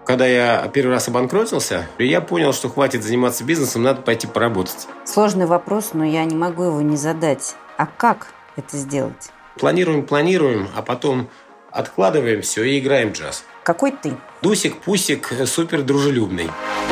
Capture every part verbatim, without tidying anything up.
Когда я первый раз обанкротился, я понял, что хватит заниматься бизнесом, надо пойти поработать. Сложный вопрос, но я не могу его не задать. А как это сделать? Планируем, планируем, а потом откладываем все и играем в джаз. Какой ты? Дусик, пусик, супер дружелюбный.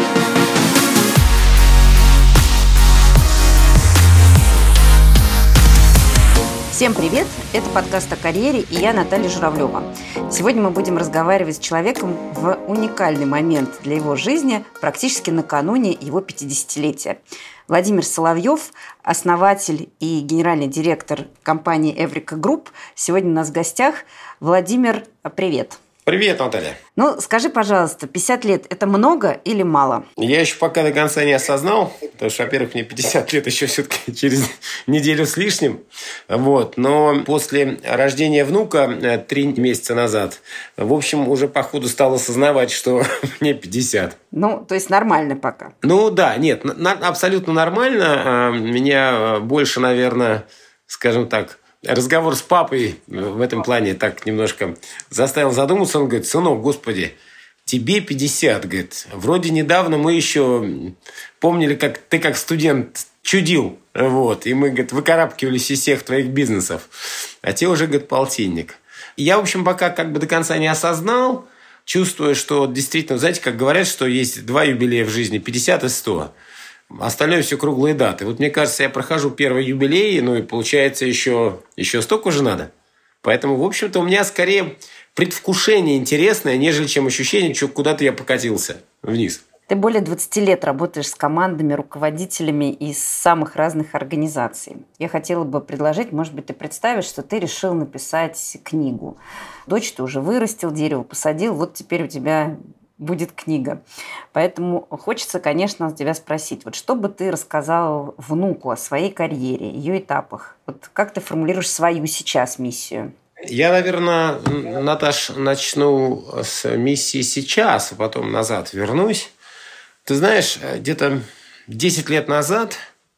Всем привет! Это подкаст о карьере, и я Наталья Журавлева. Сегодня мы будем разговаривать с человеком в уникальный момент для его жизни, практически накануне его пятидесятилетия. Владимир Соловьев, основатель и генеральный директор компании Эврика Групп, сегодня у нас в гостях. Владимир, привет! Привет, Наталья. Ну, скажи, пожалуйста, пятьдесят лет – это много или мало? Я еще пока до конца не осознал, потому что, во-первых, мне пятьдесят лет еще все-таки через неделю с лишним. Вот. Но после рождения внука три месяца назад, в общем, уже по ходу стал осознавать, что мне пятьдесят. Ну, то есть нормально пока? Ну, да, нет, на- абсолютно нормально. Меня больше, наверное, скажем так, разговор с папой в этом плане так немножко заставил задуматься. Он говорит: сынок, господи, тебе пятьдесят, говорит. Вроде недавно мы еще помнили, как ты как студент чудил. Вот, и мы, говорит, выкарабкивались из всех твоих бизнесов. А те уже, говорит, полтинник. И я, в общем, пока как бы до конца не осознал, чувствуя, что действительно, знаете, как говорят, что есть два юбилея в жизни – пятьдесят и сто. Остальное все круглые даты. Вот мне кажется, я прохожу первый юбилей, ну и получается еще, еще столько же надо. Поэтому, в общем-то, у меня скорее предвкушение интересное, нежели чем ощущение, что куда-то я покатился вниз. Ты более двадцати лет работаешь с командами, руководителями из самых разных организаций. Я хотела бы предложить, может быть, ты представишь, что ты решил написать книгу. Дочь ты уже вырастил, дерево посадил, вот теперь у тебя будет книга. Поэтому хочется, конечно, тебя спросить, вот что бы ты рассказал внуку о своей карьере, ее этапах? Вот как ты формулируешь свою сейчас миссию? Я, наверное, Наташ, начну с миссии сейчас, а потом назад вернусь. Ты знаешь, где-то десять лет назад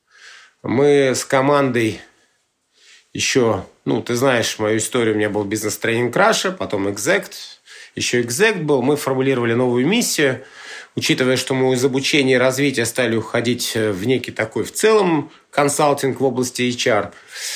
мы с командой еще, ну, ты знаешь мою историю, у меня был бизнес-тренинг Раша, потом Exact, еще Exact был, мы формулировали новую миссию, учитывая, что мы из обучения и развития стали уходить в некий такой в целом консалтинг в области эйч ар,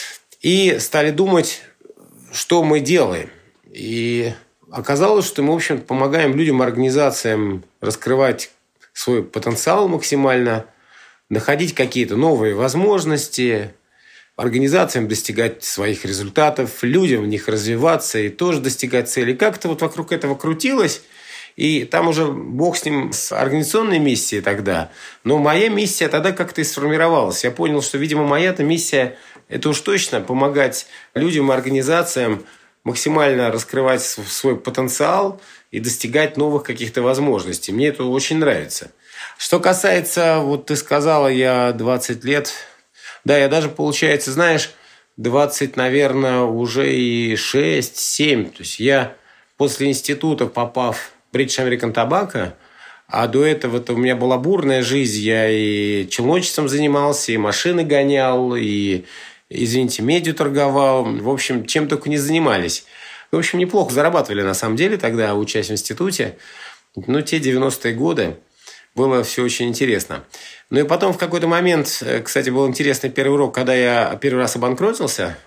и стали думать, что мы делаем. И оказалось, что мы, в общем, помогаем людям, организациям раскрывать свой потенциал максимально, находить какие-то новые возможности, организациям достигать своих результатов, людям в них развиваться и тоже достигать целей. Как-то вот вокруг этого крутилось, и там уже бог с ним, с организационной миссией тогда. Но моя миссия тогда как-то и сформировалась. Я понял, что, видимо, моя-то миссия – это уж точно помогать людям и организациям максимально раскрывать свой потенциал и достигать новых каких-то возможностей. Мне это очень нравится. Что касается, вот ты сказала, я двадцать лет... Да, я даже, получается, знаешь, двадцать, наверное, уже и шесть семь. То есть я после института, попав в British American Tobacco, а до этого-то у меня была бурная жизнь. Я и челночеством занимался, и машины гонял, и, извините, медью торговал. В общем, чем только не занимались. В общем, неплохо зарабатывали, на самом деле, тогда, учась в институте. Но те девяностые годы было все очень интересно. Ну и потом в какой-то момент, кстати, был интересный первый урок, когда я первый раз обанкротился.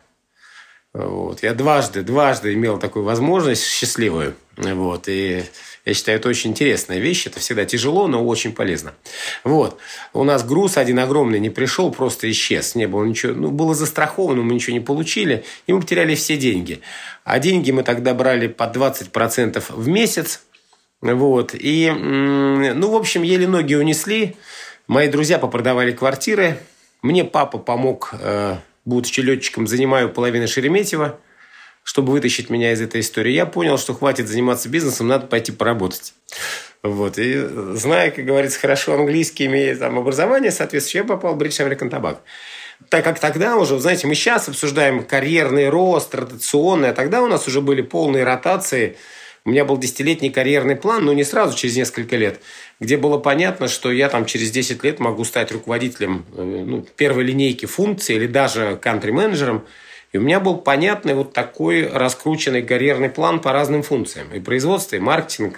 Вот, я дважды, дважды имел такую возможность счастливую. Вот, и я считаю, это очень интересная вещь. Это всегда тяжело, но очень полезно. Вот. У нас груз один огромный не пришел, просто исчез. Не было ничего. Ну, было застраховано, мы ничего не получили, и мы потеряли все деньги. А деньги мы тогда брали по двадцать процентов в месяц. Вот. И, ну, в общем, еле ноги унесли. Мои друзья попродавали квартиры. Мне папа помог, будучи летчиком, занимаю половину Шереметьево, чтобы вытащить меня из этой истории. Я понял, что хватит заниматься бизнесом, надо пойти поработать. Вот. И зная, как говорится, хорошо английский, имея там образование соответствующее, я попал в British American Tobacco. Так как тогда уже, знаете, мы сейчас обсуждаем карьерный рост, ротационный, а тогда у нас уже были полные ротации. У меня был десятилетний карьерный план, но не сразу, через несколько лет, где было понятно, что я там через десять лет могу стать руководителем ну, первой линейки функций или даже кантри-менеджером. И у меня был понятный вот такой раскрученный карьерный план по разным функциям. И производство, и маркетинг,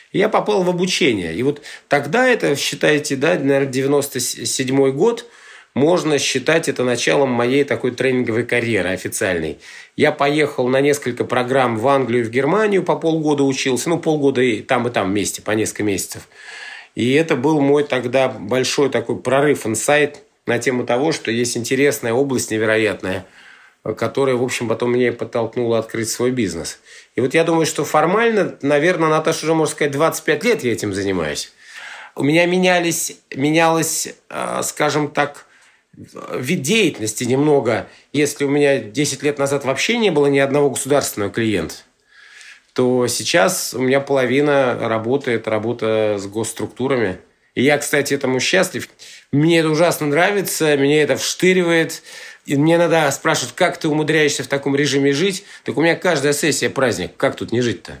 И я попал в обучение. И вот тогда это, считайте, да, наверное, девяносто седьмой год, можно считать это началом моей такой тренинговой карьеры официальной. Я поехал на несколько программ в Англию и в Германию, по полгода учился. Ну, полгода и там, и там вместе, по несколько месяцев. И это был мой тогда большой такой прорыв, инсайт на тему того, что есть интересная область невероятная, которая, в общем, потом меня подтолкнула открыть свой бизнес. И вот я думаю, что формально, наверное, Наташа, уже, можно сказать, двадцать пять лет я этим занимаюсь. У меня менялись, менялось, скажем так, вид деятельности немного. Если у меня десять лет назад вообще не было ни одного государственного клиента, то сейчас у меня половина работы – это работа с госструктурами. И я, кстати, этому счастлив. Мне это ужасно нравится, меня это вштыривает. И мне надо спрашивать, как ты умудряешься в таком режиме жить? Так у меня каждая сессия праздник. Как тут не жить-то?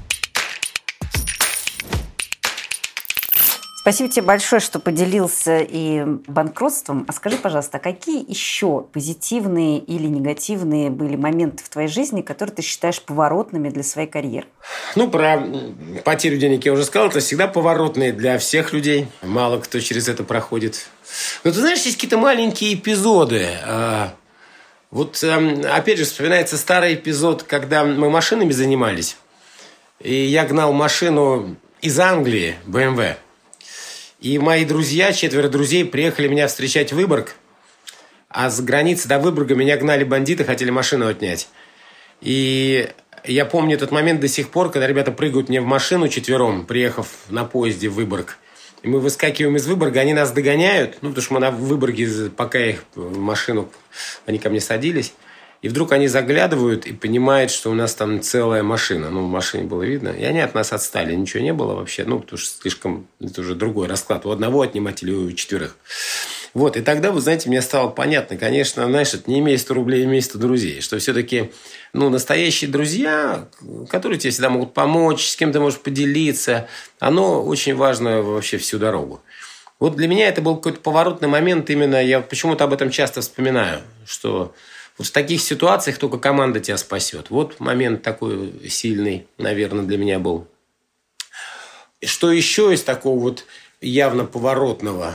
Спасибо тебе большое, что поделился и банкротством. А скажи, пожалуйста, а какие еще позитивные или негативные были моменты в твоей жизни, которые ты считаешь поворотными для своей карьеры? Ну, про потерю денег я уже сказал. Это всегда поворотные для всех людей. Мало кто через это проходит. Но ты знаешь, есть какие-то маленькие эпизоды. Вот, опять же, вспоминается старый эпизод, когда мы машинами занимались. И я гнал машину из Англии, бэ эм вэ. И мои друзья, четверо друзей, приехали меня встречать в Выборг. А с границы до Выборга меня гнали бандиты, хотели машину отнять. И я помню этот момент до сих пор, когда ребята прыгают мне в машину четвером, приехав на поезде в Выборг. И мы выскакиваем из Выборга, они нас догоняют. Ну, потому что мы на Выборге, пока их в машину, они ко мне садились. И вдруг они заглядывают и понимают, что у нас там целая машина. Ну, в машине было видно. И они от нас отстали. Ничего не было вообще. Ну, потому что слишком... Это уже другой расклад. У одного отнимать или у четверых. Вот. И тогда, вы знаете, мне стало понятно. Конечно, знаешь, это не имей сто рублей, имей сто друзей. Что все-таки, ну, настоящие друзья, которые тебе всегда могут помочь, с кем ты можешь поделиться, оно очень важно вообще всю дорогу. Вот для меня это был какой-то поворотный момент. Именно я почему-то об этом часто вспоминаю. Что... Вот в таких ситуациях только команда тебя спасет. Вот момент такой сильный, наверное, для меня был. Что еще из такого вот явно поворотного?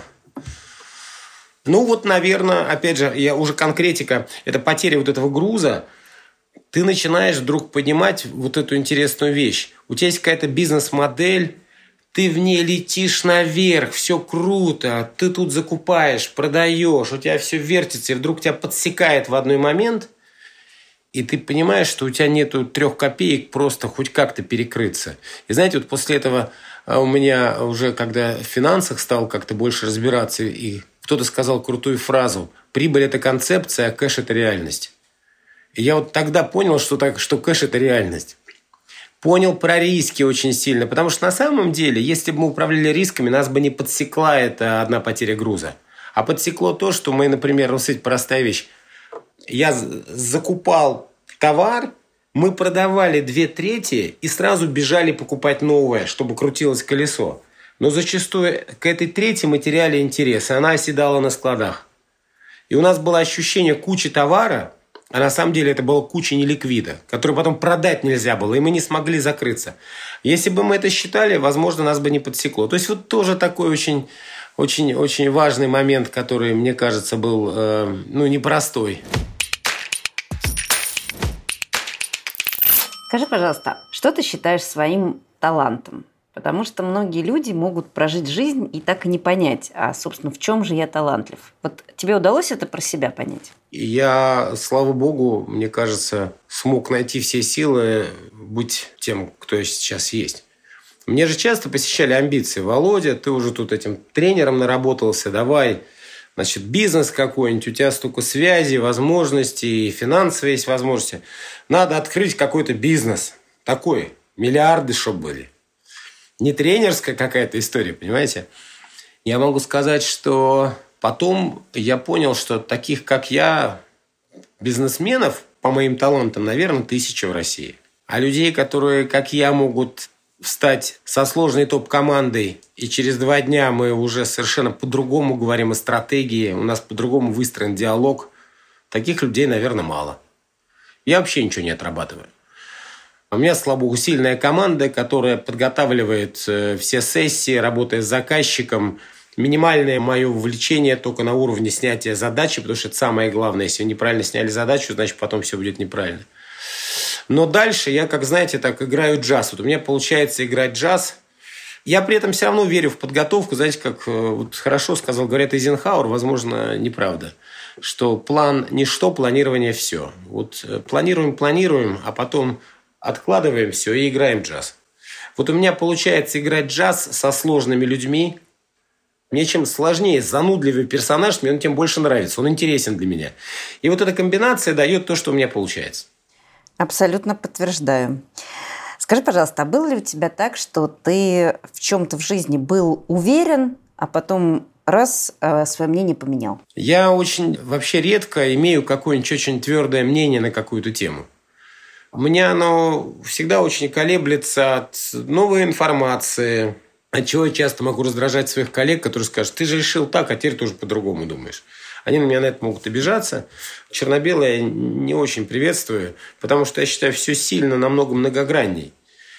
Ну вот, наверное, опять же, я уже конкретика, это потеря вот этого груза. Ты начинаешь вдруг понимать вот эту интересную вещь. У тебя есть какая-то бизнес-модель, ты в ней летишь наверх, все круто, ты тут закупаешь, продаешь, у тебя все вертится, и вдруг тебя подсекает в одной момент, и ты понимаешь, что у тебя нету трех копеек просто хоть как-то перекрыться. И знаете, вот после этого у меня уже, когда в финансах стал как-то больше разбираться, и кто-то сказал крутую фразу: «Прибыль – это концепция, а кэш – это реальность». И я вот тогда понял, что, так, что кэш – это реальность. Понял про риски очень сильно, потому что на самом деле, если бы мы управляли рисками, нас бы не подсекла эта одна потеря груза. А подсекло то, что мы, например, ну, кстати, простая вещь. Я закупал товар, мы продавали две трети и сразу бежали покупать новое, чтобы крутилось колесо. Но зачастую к этой трети мы теряли интерес, и она оседала на складах. И у нас было ощущение кучи товара, а на самом деле это была куча неликвида, которую потом продать нельзя было, и мы не смогли закрыться. Если бы мы это считали, возможно, нас бы не подсекло. То есть вот тоже такой очень, очень, очень важный момент, который, мне кажется, был э, ну, непростой. Скажи, пожалуйста, что ты считаешь своим талантом? Потому что многие люди могут прожить жизнь и так и не понять, а, собственно, в чем же я талантлив. Вот тебе удалось это про себя понять? Я, слава богу, мне кажется, смог найти все силы быть тем, кто я сейчас есть. Мне же часто посещали амбиции. Володя, ты уже тут этим тренером наработался, давай, значит, бизнес какой-нибудь, у тебя столько связей, возможностей, финансовые есть возможности. Надо открыть какой-то бизнес такой, миллиарды, чтобы были. Не тренерская какая-то история, понимаете? Я могу сказать, что потом я понял, что таких, как я, бизнесменов, по моим талантам, наверное, тысяча в России. А людей, которые, как я, могут встать со сложной топ-командой, и через два дня мы уже совершенно по-другому говорим о стратегии, у нас по-другому выстроен диалог, таких людей, наверное, мало. Я вообще ничего не отрабатываю. У меня, слава богу, сильная команда, которая подготавливает все сессии, работая с заказчиком. Минимальное мое вовлечение только на уровне снятия задачи, потому что это самое главное. Если вы неправильно сняли задачу, значит, потом все будет неправильно. Но дальше я, как знаете, так играю джаз. Вот у меня получается играть джаз. Я при этом все равно верю в подготовку. Знаете, как вот хорошо сказал, говорят, Эйзенхауэр, возможно, неправда, что план – ничто, планирование – все. Вот планируем, планируем, а потом откладываем все и играем джаз. Вот у меня получается играть джаз со сложными людьми. Мне чем сложнее, занудливый персонаж, мне он тем больше нравится. Он интересен для меня. И вот эта комбинация дает то, что у меня получается. Абсолютно подтверждаю. Скажи, пожалуйста, а было ли у тебя так, что ты в чем-то в жизни был уверен, а потом раз свое мнение поменял? Я очень вообще редко имею какое-нибудь очень твердое мнение на какую-то тему. У меня оно всегда очень колеблется от новой информации, от чего я часто могу раздражать своих коллег, которые скажут, ты же решил так, а теперь тоже по-другому думаешь. Они на меня на это могут обижаться. Черно-белое я не очень приветствую, потому что я считаю, все сильно намного многогранней.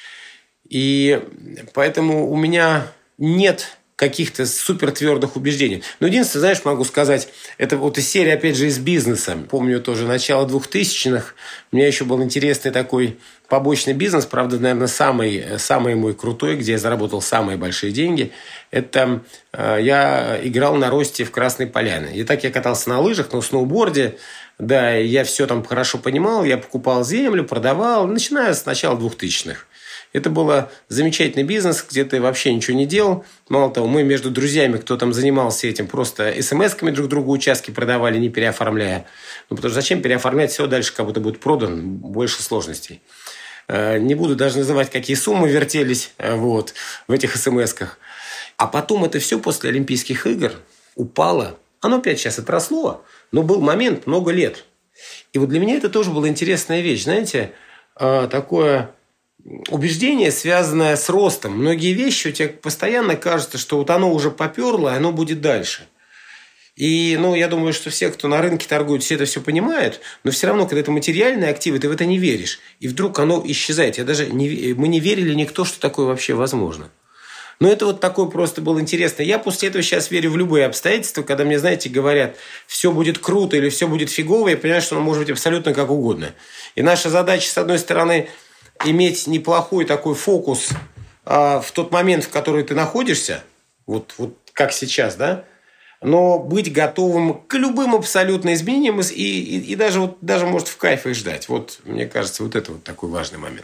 И поэтому у меня нет каких-то супертвердых убеждений. Но единственное, знаешь, могу сказать, это вот из серии, опять же, из бизнеса. Помню тоже начало двухтысячных. У меня еще был интересный такой побочный бизнес, правда, наверное, самый, самый мой крутой, где я заработал самые большие деньги. Это э, я играл на росте в Красной Поляне. И так я катался на лыжах, на сноуборде. Да, я все там хорошо понимал. Я покупал землю, продавал, начиная с начала двухтысячных. Это был замечательный бизнес, где ты вообще ничего не делал. Мало того, мы между друзьями, кто там занимался этим, просто смс-ками друг другу участки продавали, не переоформляя. Ну, потому что зачем переоформлять все дальше, как будто будет продан, больше сложностей. Не буду даже называть, какие суммы вертелись вот, в этих смс-ках. А потом это все после Олимпийских игр упало. Оно опять сейчас отросло, но был момент много лет. И вот для меня это тоже была интересная вещь. Знаете, такое убеждение, связанное с ростом. Многие вещи у тебя постоянно кажется, что вот оно уже поперло, и оно будет дальше. И, ну, я думаю, что все, кто на рынке торгует, все это все понимают, но все равно, когда это материальные активы, ты в это не веришь. И вдруг оно исчезает. Я даже не, мы не верили никто, что такое вообще возможно. Но это вот такое просто было интересно. Я после этого сейчас верю в любые обстоятельства, когда мне, знаете, говорят, все будет круто или все будет фигово, я понимаю, что оно может быть абсолютно как угодно. И наша задача, с одной стороны, иметь неплохой такой фокус а, в тот момент, в который ты находишься, вот, вот как сейчас, да, но быть готовым к любым абсолютно изменениям и, и, и даже, вот, даже, может, в кайф их ждать. Вот, мне кажется, вот это вот такой важный момент.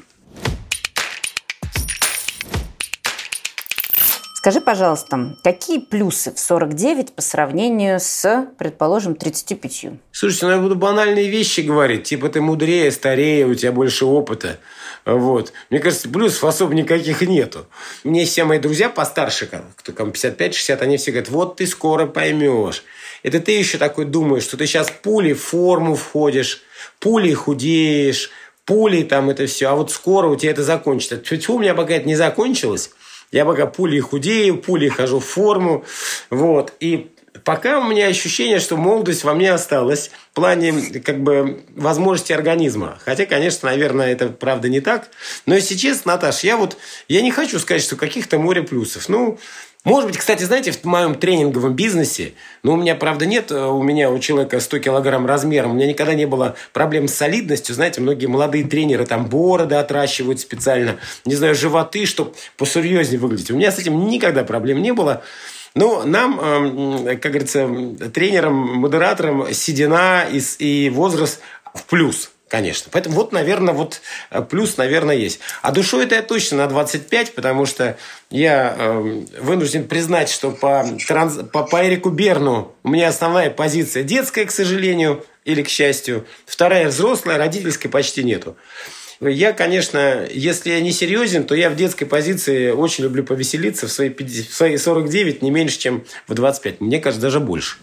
Скажи, пожалуйста, какие плюсы в сорок девять по сравнению с, предположим, тридцатью пятью? Слушайте, ну я буду банальные вещи говорить. Типа ты мудрее, старее, у тебя больше опыта. Вот. Мне кажется, плюсов особо никаких нету. Мне все мои друзья постарше, кто там пятьдесят пять шестьдесят, они все говорят, вот ты скоро поймешь. Это ты еще такой думаешь, что ты сейчас пулей в форму входишь, пулей худеешь, пулей там это все, а вот скоро у тебя это закончится. Тьфу, у меня пока это не закончилось. Я пока пулей худею, пулей хожу в форму. Вот. И пока у меня ощущение, что молодость во мне осталась в плане как бы, возможности организма. Хотя, конечно, наверное, это правда не так. Но если честно, Наташ, я вот я не хочу сказать, что каких-то море плюсов. Ну, может быть, кстати, знаете, в моем тренинговом бизнесе, ну, у меня, правда, нет, у меня у человека сто килограмм размером, у меня никогда не было проблем с солидностью. Знаете, многие молодые тренеры там бороды отращивают специально, не знаю, животы, чтобы посерьезнее выглядеть. У меня с этим никогда проблем не было. Но нам, как говорится, тренерам, модераторам седина и возраст в плюс. Конечно. Поэтому вот, наверное, вот плюс, наверное, есть. А душой это я точно на двадцать пять, потому что я э, вынужден признать, что по, транс, по, по Эрику Берну у меня основная позиция детская, к сожалению, или к счастью. Вторая взрослая, родительской почти нету. Я, конечно, если я не серьезен, то я в детской позиции очень люблю повеселиться в свои, пятьдесят, в свои сорок девять, не меньше, чем в двадцать пять. Мне кажется, даже больше.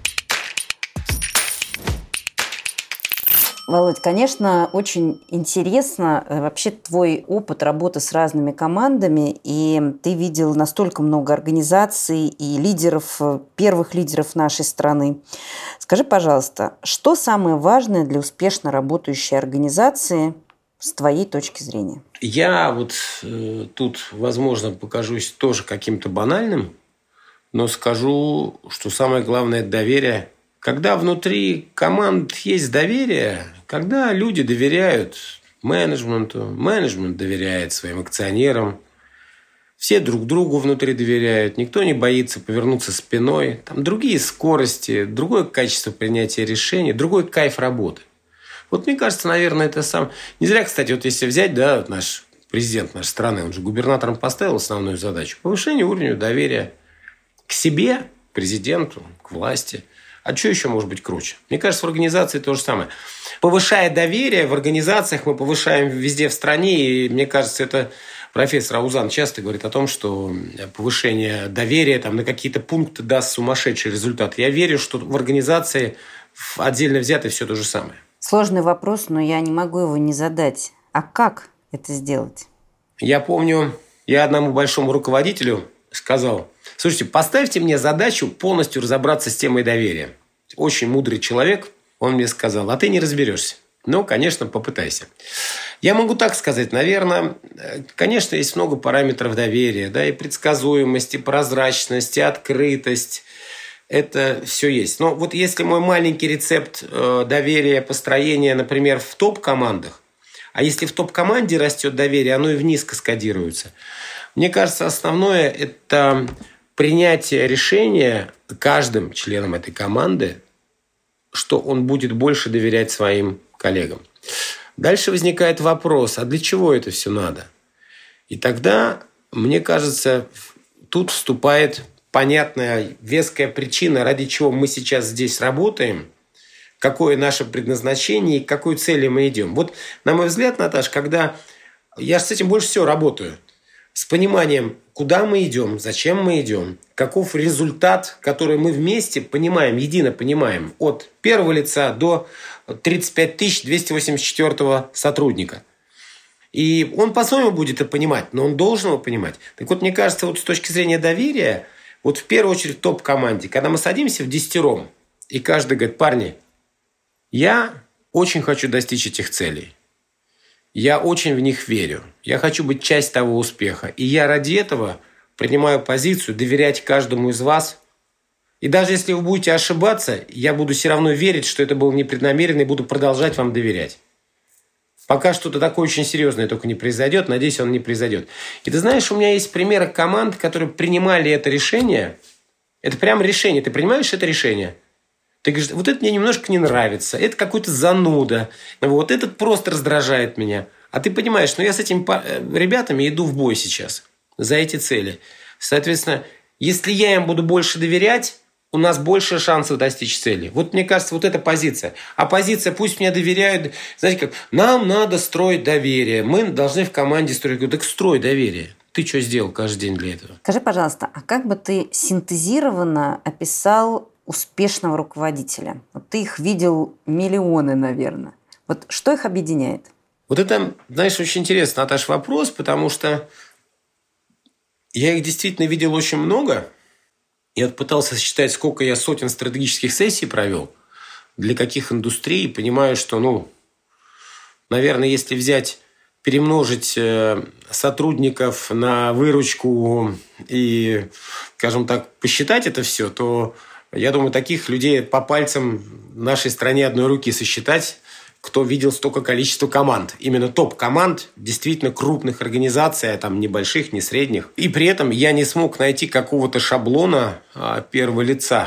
Володь, конечно, очень интересно вообще твой опыт работы с разными командами, и ты видел настолько много организаций и лидеров, первых лидеров нашей страны. Скажи, пожалуйста, что самое важное для успешно работающей организации с твоей точки зрения? Я вот э, тут, возможно, покажусь тоже каким-то банальным, но скажу, что самое главное – это доверие. Когда внутри команд есть доверие, когда люди доверяют менеджменту, менеджмент доверяет своим акционерам, все друг другу внутри доверяют, никто не боится повернуться спиной. Там другие скорости, другое качество принятия решений, другой кайф работы. Вот мне кажется, наверное, это сам... Не зря, кстати, вот если взять, да, вот наш президент нашей страны, он же губернатором поставил основную задачу – повышение уровня доверия к себе, к президенту, к власти. А что еще может быть круче? Мне кажется, в организации то же самое. Повышая доверие в организациях, мы повышаем везде в стране. И мне кажется, это профессор Аузан часто говорит о том, что повышение доверия там, на какие-то пункты даст сумасшедший результат. Я верю, что в организации отдельно взятой все то же самое. Сложный вопрос, но я не могу его не задать. А как это сделать? Я помню, я одному большому руководителю сказал: слушайте, поставьте мне задачу полностью разобраться с темой доверия. Очень мудрый человек, он мне сказал: а ты не разберешься. Ну, конечно, попытайся. Я могу так сказать, наверное, конечно, есть много параметров доверия, да, и предсказуемость, и прозрачность, и открытость. Это все есть. Но вот если мой маленький рецепт доверия, построения, например, в топ-командах, а если в топ-команде растет доверие, оно и вниз каскадируется. Мне кажется, основное – это принятие решения каждым членом этой команды, что он будет больше доверять своим коллегам. Дальше возникает вопрос, а для чего это все надо? И тогда, мне кажется, тут вступает понятная, веская причина, ради чего мы сейчас здесь работаем, какое наше предназначение и к какой цели мы идем. Вот, на мой взгляд, Наташ, когда я с этим больше всего работаю, с пониманием, куда мы идем, зачем мы идем, каков результат, который мы вместе понимаем, едино понимаем, от первого лица до тридцать пять тысяч двести восемьдесят четвёртого сотрудника. И он по-своему будет это понимать, но он должен его понимать. Так вот, мне кажется, вот с точки зрения доверия, вот в первую очередь в топ-команде, когда мы садимся в десятером, и каждый говорит: парни, я очень хочу достичь этих целей. Я очень в них верю. Я хочу быть частью того успеха. И я ради этого принимаю позицию доверять каждому из вас. И даже если вы будете ошибаться, я буду все равно верить, что это было непреднамеренно, и буду продолжать вам доверять. Пока что-то такое очень серьезное только не произойдет. Надеюсь, оно не произойдет. И ты знаешь, у меня есть примеры команд, которые принимали это решение. Это прям решение. Ты принимаешь это решение? Ты говоришь: вот это мне немножко не нравится, это какой-то зануда, вот этот просто раздражает меня. А ты понимаешь, ну я с этими ребятами иду в бой сейчас за эти цели. Соответственно, если я им буду больше доверять, у нас больше шансов достичь цели. Вот мне кажется, вот эта позиция. А позиция: пусть мне доверяют, знаете как, нам надо строить доверие, мы должны в команде строить. Я говорю: так строй доверие. Ты что сделал каждый день для этого? Скажи, пожалуйста, а как бы ты синтезированно описал успешного руководителя? Вот ты их видел миллионы, наверное. Вот что их объединяет? Вот это, знаешь, очень интересный, Наташ, вопрос, потому что я их действительно видел очень много. Я пытался сосчитать, сколько я сотен стратегических сессий провел, для каких индустрий. Понимаю, что, ну, наверное, если взять, перемножить сотрудников на выручку и, скажем так, посчитать это все, то я думаю, таких людей по пальцам в нашей стране одной руки сосчитать, кто видел столько количества команд. Именно топ-команд, действительно крупных организаций, а там небольших, не средних. И при этом я не смог найти какого-то шаблона а, первого лица.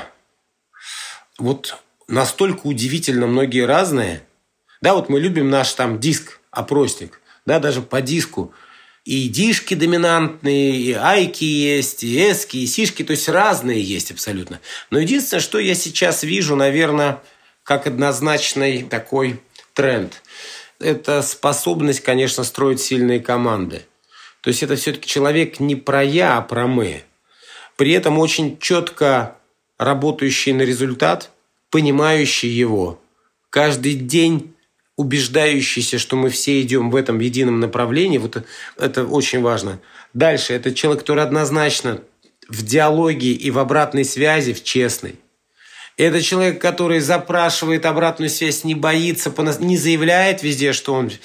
Вот настолько удивительно многие разные. Да, вот мы любим наш там диск, опросник. Да, даже по диску. И дишки доминантные, и айки есть, и эски, и сишки. То есть разные есть абсолютно. Но единственное, что я сейчас вижу, наверное, как однозначный такой тренд. Это способность, конечно, строить сильные команды. То есть это все-таки человек не про я, а про мы. При этом очень четко работающий на результат, понимающий его. Каждый день убеждающийся, что мы все идем в этом едином направлении, вот это очень важно. Дальше, это человек, который однозначно в диалоге и в обратной связи, в честной. Это человек, который запрашивает обратную связь, не боится, не заявляет везде, что он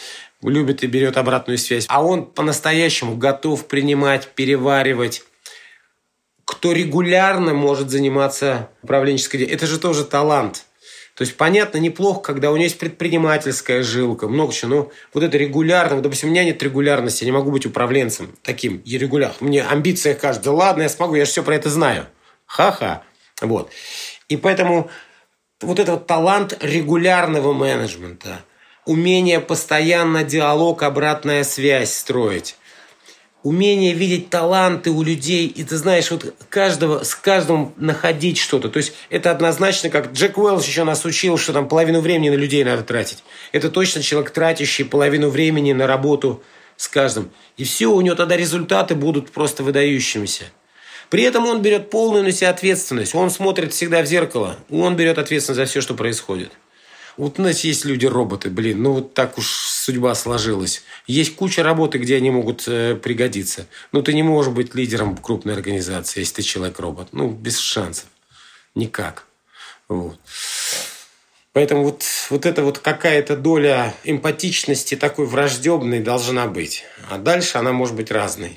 любит и берет обратную связь, а он по-настоящему готов принимать, переваривать, кто регулярно может заниматься управленческой деятельностью. Это же тоже талант. То есть, понятно, неплохо, когда у него есть предпринимательская жилка, много чего. Но вот это регулярно. Вот, допустим, у меня нет регулярности, я не могу быть управленцем таким и регулярным. Мне амбиция кажется, да ладно, я смогу, я же все про это знаю. Ха-ха. Вот. И поэтому вот этот вот талант регулярного менеджмента, умение постоянно диалог, обратная связь строить, умение видеть таланты у людей, и ты знаешь, вот каждого, с каждым находить что-то. То есть это однозначно, как Джек Уэллс еще нас учил, что там половину времени на людей надо тратить. Это точно человек, тратящий половину времени на работу с каждым. И все, у него тогда результаты будут просто выдающимися. При этом он берет полную на себя ответственность. Он смотрит всегда в зеркало. Он берет ответственность за все, что происходит. Вот у нас есть люди-роботы, блин, ну вот так уж судьба сложилась. Есть куча работы, где они могут э, пригодиться. Но ты не можешь быть лидером крупной организации, если ты человек-робот. Ну, без шансов. Никак. Вот. Поэтому вот, вот эта вот какая-то доля эмпатичности такой враждебной должна быть. А дальше она может быть разной.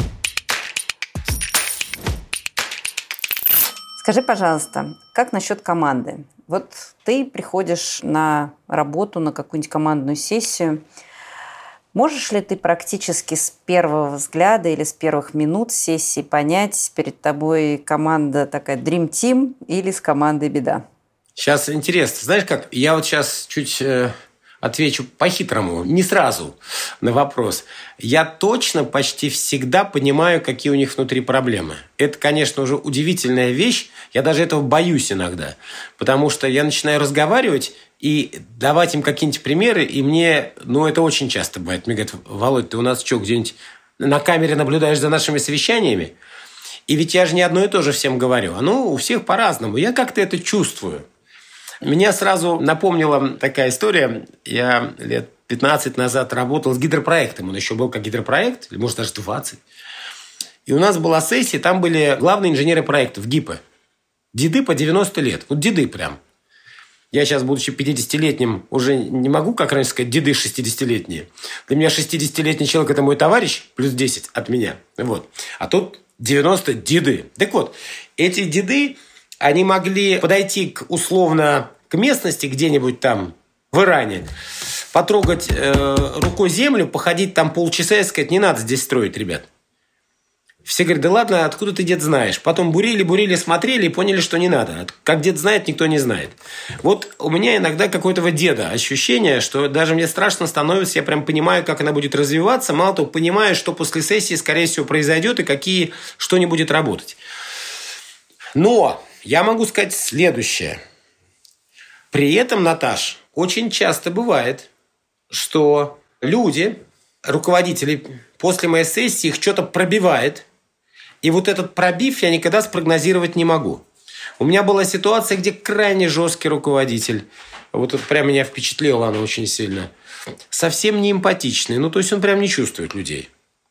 Скажи, пожалуйста, как насчет команды? Вот ты приходишь на работу, на какую-нибудь командную сессию. Можешь ли ты практически с первого взгляда или с первых минут сессии понять, перед тобой команда такая Dream Team или с командой беда? Сейчас интересно. Знаешь как? Я вот сейчас чуть э, отвечу по-хитрому, не сразу на вопрос. Я точно почти всегда понимаю, какие у них внутри проблемы. Это, конечно, уже удивительная вещь. Я даже этого боюсь иногда. Потому что я начинаю разговаривать и давать им какие-нибудь примеры, и мне, ну, это очень часто бывает. Мне говорят: Володь, ты у нас что, где-нибудь на камере наблюдаешь за нашими совещаниями? И ведь я же не одно и то же всем говорю. А ну, у всех по-разному. Я как-то это чувствую. Меня сразу напомнила такая история. Я лет пятнадцать назад работал с гидропроектом. Он еще был как гидропроект, или может даже двадцать. И у нас была сессия, там были главные инженеры проектов, ГИПы. Деды по девяносто лет. Вот деды прям. Я сейчас, будучи пятидесятилетним, уже не могу, как раньше сказать, деды шестидесятилетние. Для меня шестидесятилетний человек – это мой товарищ, плюс десять от меня. Вот. А тут девяносто деды. Так вот, эти деды, они могли подойти к, условно к местности где-нибудь там в Иране, потрогать э, рукой землю, походить там полчаса и сказать: не надо здесь строить, ребят. Все говорят: да ладно, откуда ты, дед, знаешь? Потом бурили, бурили, смотрели и поняли, что не надо. Как дед знает, никто не знает. Вот у меня иногда какое-то вот деда ощущение, что даже мне страшно становится, я прям понимаю, как она будет развиваться. Мало того, понимаю, что после сессии, скорее всего, произойдет и какие, что не будет работать. Но я могу сказать следующее. При этом, Наташ, очень часто бывает, что люди, руководители, после моей сессии их что-то пробивает. И вот этот пробив я никогда спрогнозировать не могу. У меня была ситуация, где крайне жесткий руководитель, вот это прям меня впечатлило оно очень сильно, совсем не эмпатичный. Ну, то есть он прям не чувствует людей.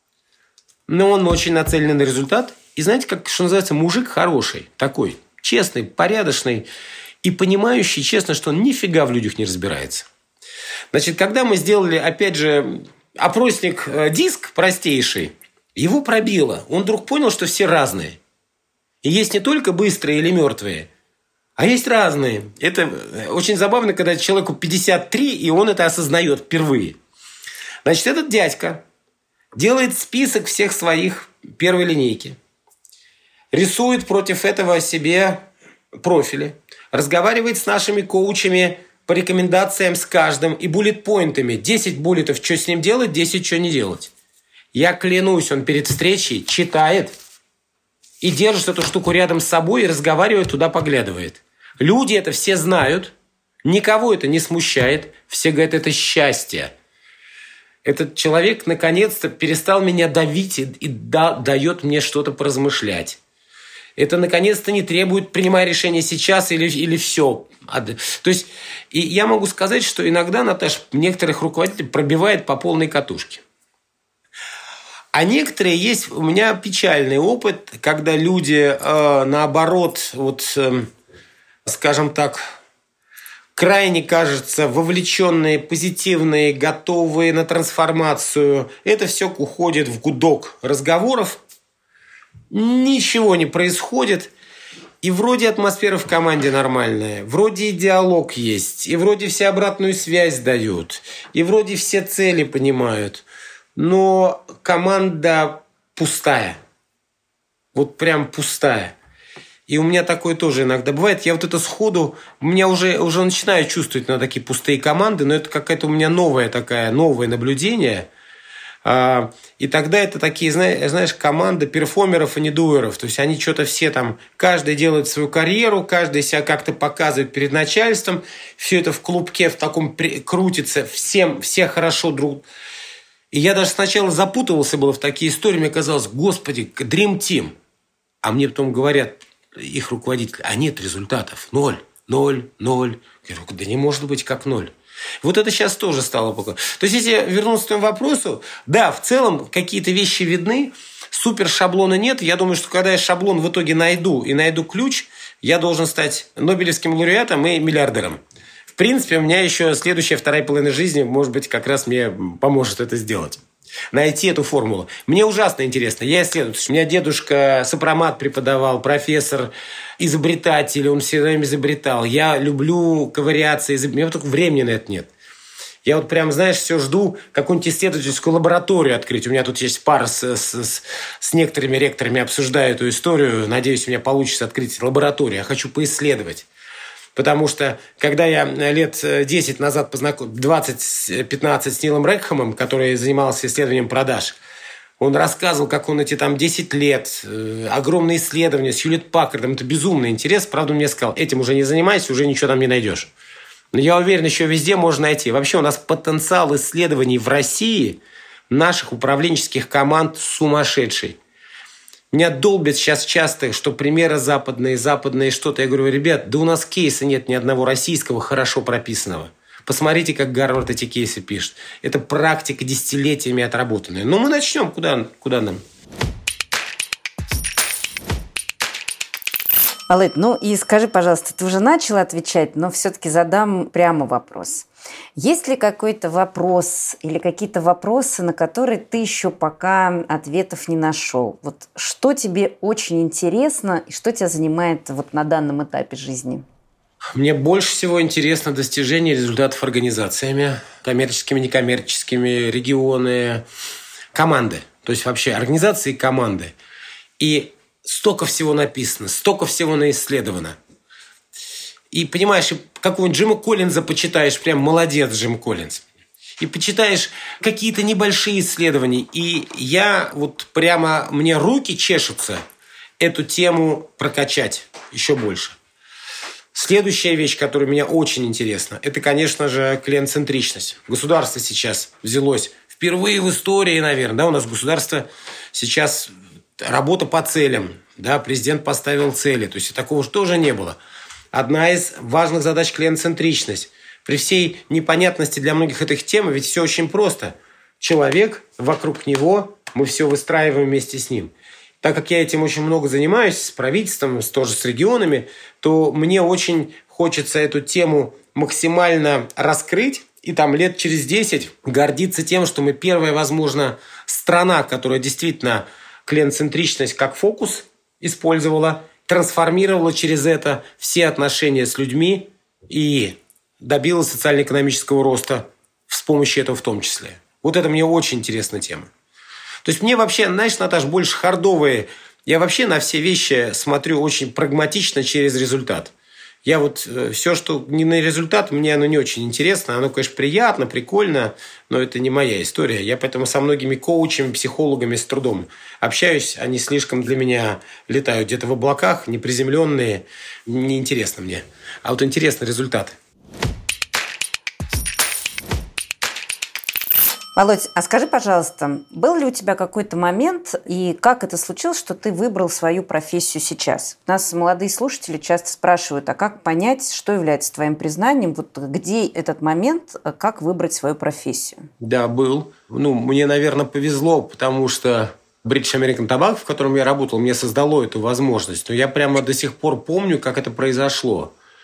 Но он очень нацелен на результат. И знаете, как, что называется, мужик хороший, такой, честный, порядочный и понимающий, честно, что он нифига в людях не разбирается. Значит, когда мы сделали, опять же, опросник диск простейший, его пробило. Он вдруг понял, что все разные. И есть не только быстрые или мертвые, а есть разные. Это очень забавно, когда человеку пятьдесят три, и он это осознает впервые. Значит, этот дядька делает список всех своих первой линейки, рисует против этого себе профили, разговаривает с нашими коучами по рекомендациям с каждым и буллет-поинтами. десять буллетов, что с ним делать, десять, что не делать. Я клянусь, он перед встречей читает и держит эту штуку рядом с собой и разговаривает, туда поглядывает. Люди это все знают, никого это не смущает, все говорят: это счастье. Этот человек наконец-то перестал меня давить и, и да, дает мне что-то поразмышлять. Это наконец-то не требует, принимая решение сейчас или, или все. То есть, и я могу сказать, что иногда, Наташа, некоторых руководителей пробивает по полной катушке. А некоторые есть, у меня печальный опыт, когда люди, э, наоборот, вот, э, скажем так, крайне, кажется, вовлеченные, позитивные, готовые на трансформацию. Это все уходит в гудок разговоров. Ничего не происходит. И вроде атмосфера в команде нормальная, вроде и диалог есть, и вроде все обратную связь дают, и вроде все цели понимают. Но команда пустая. Вот прям пустая. И у меня такое тоже иногда бывает. Я вот это сходу, меня уже, уже начинаю чувствовать на такие пустые команды, но это какая-то у меня новое такое, новое наблюдение. И тогда это такие, знаешь, команда перформеров и недуэров. То есть они что-то все там, каждый делает свою карьеру, каждый себя как-то показывает перед начальством. Все это в клубке в таком крутится, всем, все хорошо друг. И я даже сначала запутывался было в такие истории. Мне казалось, господи, Dream Team. А мне потом говорят их руководители, а нет результатов. Ноль, ноль, ноль. Я говорю, да не может быть как ноль. Вот это сейчас тоже стало пока. То есть, если вернуться к твоему вопросу, да, в целом какие-то вещи видны, супер шаблона нет. Я думаю, что когда я шаблон в итоге найду и найду ключ, я должен стать Нобелевским лауреатом и миллиардером. В принципе, у меня еще следующая вторая половина жизни, может быть, как раз мне поможет это сделать. Найти эту формулу. Мне ужасно интересно. Я исследую. У меня дедушка сопромат преподавал, профессор, изобретатель. Он все время изобретал. Я люблю ковыряться. Изоб... У меня только времени на это нет. Я вот прям, знаешь, все жду какую-нибудь исследовательскую лабораторию открыть. У меня тут есть пара с, с, с некоторыми ректорами, обсуждаю эту историю. Надеюсь, у меня получится открыть лабораторию. Я хочу поисследовать. Потому что, когда я лет десять назад познакомился, двадцать-пятнадцать с Нилом Рекхэмом, который занимался исследованием продаж, он рассказывал, как он эти там десять лет, огромные исследования с Хьюлетт Паккардом. Это безумный интерес. Правда, он мне сказал, этим уже не занимайся, уже ничего там не найдешь. Но я уверен, еще везде можно найти. Вообще у нас потенциал исследований в России, наших управленческих команд сумасшедший. Меня долбят сейчас часто, что примеры западные, западные что-то. Я говорю, ребят, да у нас кейса нет ни одного российского хорошо прописанного. Посмотрите, как Гарвард эти кейсы пишет. Это практика десятилетиями отработанная. Но мы начнем. Куда, куда нам? Володь, ну и скажи, пожалуйста, ты уже начала отвечать, но все-таки задам прямо вопрос. Есть ли какой-то вопрос или какие-то вопросы, на которые ты еще пока ответов не нашел? Вот что тебе очень интересно и что тебя занимает вот на данном этапе жизни? Мне больше всего интересно достижение результатов организациями, коммерческими, некоммерческими, регионы, команды. То есть вообще организации и команды. И столько всего написано, столько всего наисследовано. И, понимаешь, какого-нибудь Джима Коллинза почитаешь, прям молодец Джим Коллинз. И почитаешь какие-то небольшие исследования. И я вот прямо, мне руки чешутся эту тему прокачать еще больше. Следующая вещь, которая меня очень интересна, это, конечно же, клиент-центричность. Государство сейчас взялось впервые в истории, наверное. Да, у нас государство сейчас работа по целям. Да, президент поставил цели. То есть такого же тоже не было. Одна из важных задач – клиент-центричность. При всей непонятности для многих этих тем, ведь все очень просто. Человек, вокруг него, мы все выстраиваем вместе с ним. Так как я этим очень много занимаюсь, с правительством, тоже с регионами, то мне очень хочется эту тему максимально раскрыть и там лет через десять гордиться тем, что мы первая, возможно, страна, которая действительно клиент-центричность как фокус использовала, трансформировала через это все отношения с людьми и добилась социально-экономического роста с помощью этого в том числе. Вот это мне очень интересная тема. То есть мне вообще, знаешь, Наташ, больше хардовые. Я вообще на все вещи смотрю очень прагматично через результат. Я вот э, все, что не на результат, мне оно не очень интересно. Оно, конечно, приятно, прикольно, но это не моя история. Я поэтому со многими коучами, психологами с трудом общаюсь. Они слишком для меня летают где-то в облаках, неприземленные. Неинтересно мне. А вот интересный результат. Володь, а скажи, пожалуйста, был ли у тебя какой-то момент, и как это случилось, что ты выбрал свою профессию сейчас? Нас молодые слушатели часто спрашивают, а как понять, что является твоим признанием, вот где этот момент, как выбрать свою профессию? Да, был. Ну, мне, наверное, повезло, потому что British American Tobacco, в котором я работал, мне создало эту возможность. Но я прямо до сих пор помню, как это произошло.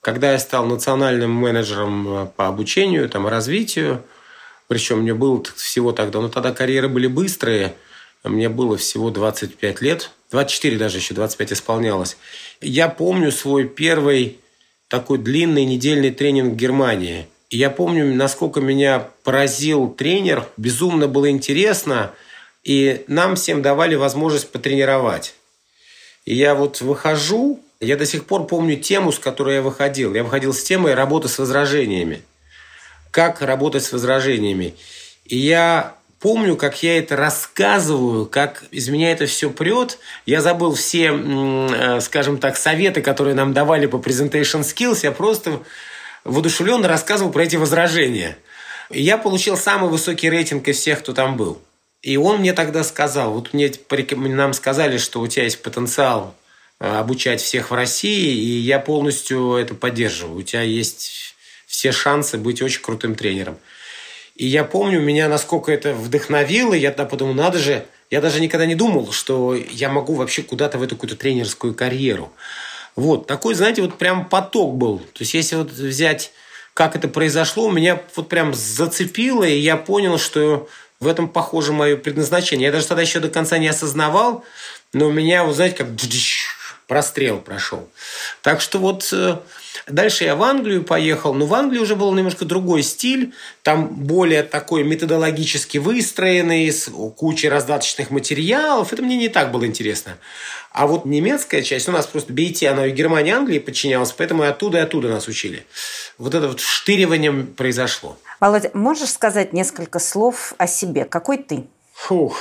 Когда я стал национальным менеджером по обучению, там, развитию, причем мне было всего тогда, но тогда карьеры были быстрые, мне было всего двадцать пять лет, двадцать четыре даже еще, двадцать пять исполнялось. Я помню свой первый такой длинный недельный тренинг в Германии. И я помню, насколько меня поразил тренер, безумно было интересно, и нам всем давали возможность потренировать. И я вот выхожу, я до сих пор помню тему, с которой я выходил. Я выходил с темой работы с возражениями. Как работать с возражениями. И я помню, как я это рассказываю, как из меня это все прет. Я забыл все, скажем так, советы, которые нам давали по presentation skills. Я просто воодушевленно рассказывал про эти возражения. И я получил самый высокий рейтинг из всех, кто там был. И он мне тогда сказал, вот мне, нам сказали, что у тебя есть потенциал обучать всех в России, и я полностью это поддерживаю. У тебя есть все шансы быть очень крутым тренером. И я помню, меня насколько это вдохновило, я тогда подумал, надо же, я даже никогда не думал, что я могу вообще куда-то в эту какую-то тренерскую карьеру. Вот, такой, знаете, вот прям поток был. То есть, если вот взять, как это произошло, меня вот прям зацепило, и я понял, что в этом похоже мое предназначение. Я даже тогда еще до конца не осознавал, но у меня, вот знаете, как прострел прошел. Так что вот дальше я в Англию поехал, но в Англии уже был немножко другой стиль, там более такой методологически выстроенный, с кучей раздаточных материалов. Это мне не так было интересно. А вот немецкая часть, у нас просто би ай ти, она и Германии, и Англии подчинялась, поэтому и оттуда, и оттуда нас учили. Вот это вот вштыривание произошло. Володя, можешь сказать несколько слов о себе? Какой ты? Фух.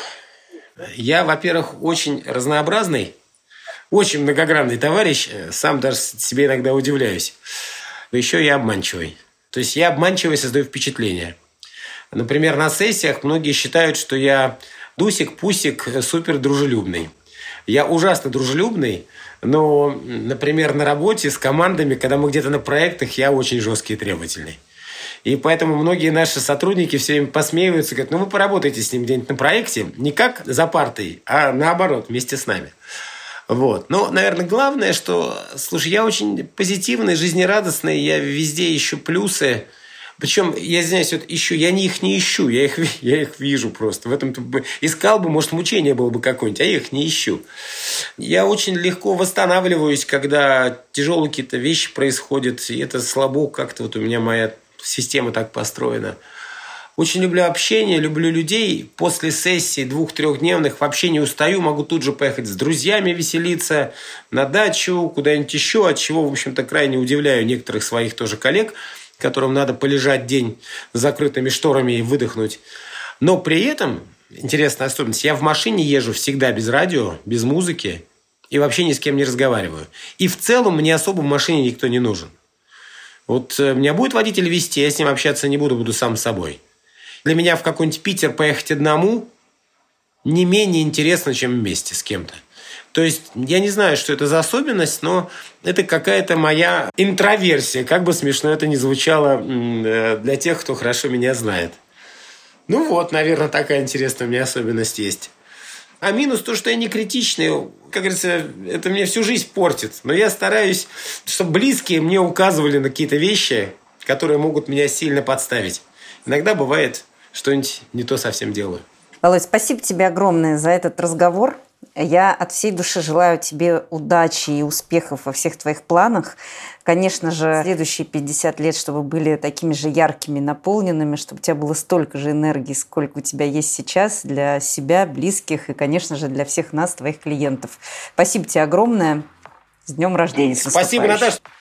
Я, во-первых, очень разнообразный, очень многогранный товарищ. Сам даже себе иногда удивляюсь. Но еще я обманчивый. То есть я обманчивый, создаю впечатление. Например, на сессиях многие считают, что я дусик-пусик супер дружелюбный. Я ужасно дружелюбный, но, например, на работе с командами, когда мы где-то на проектах, я очень жесткий и требовательный. И поэтому многие наши сотрудники все время посмеиваются, говорят, ну вы поработаете с ним где-нибудь на проекте, не как за партой, а наоборот, вместе с нами. Вот. Но, наверное, главное, что, слушай, я очень позитивный, жизнерадостный, я везде ищу плюсы. Причем, я извиняюсь, вот ищу, я не их не ищу, я их, я их вижу просто. В этом искал бы, может, мучение было бы какое-нибудь, а я их не ищу. Я очень легко восстанавливаюсь, когда тяжелые какие-то вещи происходят, и это слабо как-то вот у меня моя система так построена. Очень люблю общение, люблю людей. После сессий двух-трехдневных вообще не устаю. Могу тут же поехать с друзьями веселиться, на дачу, куда-нибудь еще, от чего, в общем-то, крайне удивляю некоторых своих тоже коллег, которым надо полежать день с закрытыми шторами и выдохнуть. Но при этом, интересная особенность, я в машине езжу всегда без радио, без музыки и вообще ни с кем не разговариваю. И в целом мне особо в машине никто не нужен. Вот меня будет водитель везти, я с ним общаться не буду, буду сам собой. Для меня в какой-нибудь Питер поехать одному не менее интересно, чем вместе с кем-то. То есть я не знаю, что это за особенность, но это какая-то моя интроверсия, как бы смешно это ни звучало для тех, кто хорошо меня знает. Ну вот, наверное, такая интересная у меня особенность есть. А минус то, что я не критичный, как говорится, это мне всю жизнь портит. Но я стараюсь, чтобы близкие мне указывали на какие-то вещи, которые могут меня сильно подставить. Иногда бывает, что-нибудь не то совсем делаю. Володь, спасибо тебе огромное за этот разговор. Я от всей души желаю тебе удачи и успехов во всех твоих планах. Конечно же, следующие пятьдесят лет, чтобы были такими же яркими, наполненными, чтобы у тебя было столько же энергии, сколько у тебя есть сейчас для себя, близких и, конечно же, для всех нас, твоих клиентов. Спасибо тебе огромное. С днем рождения. Спасибо, Наташа.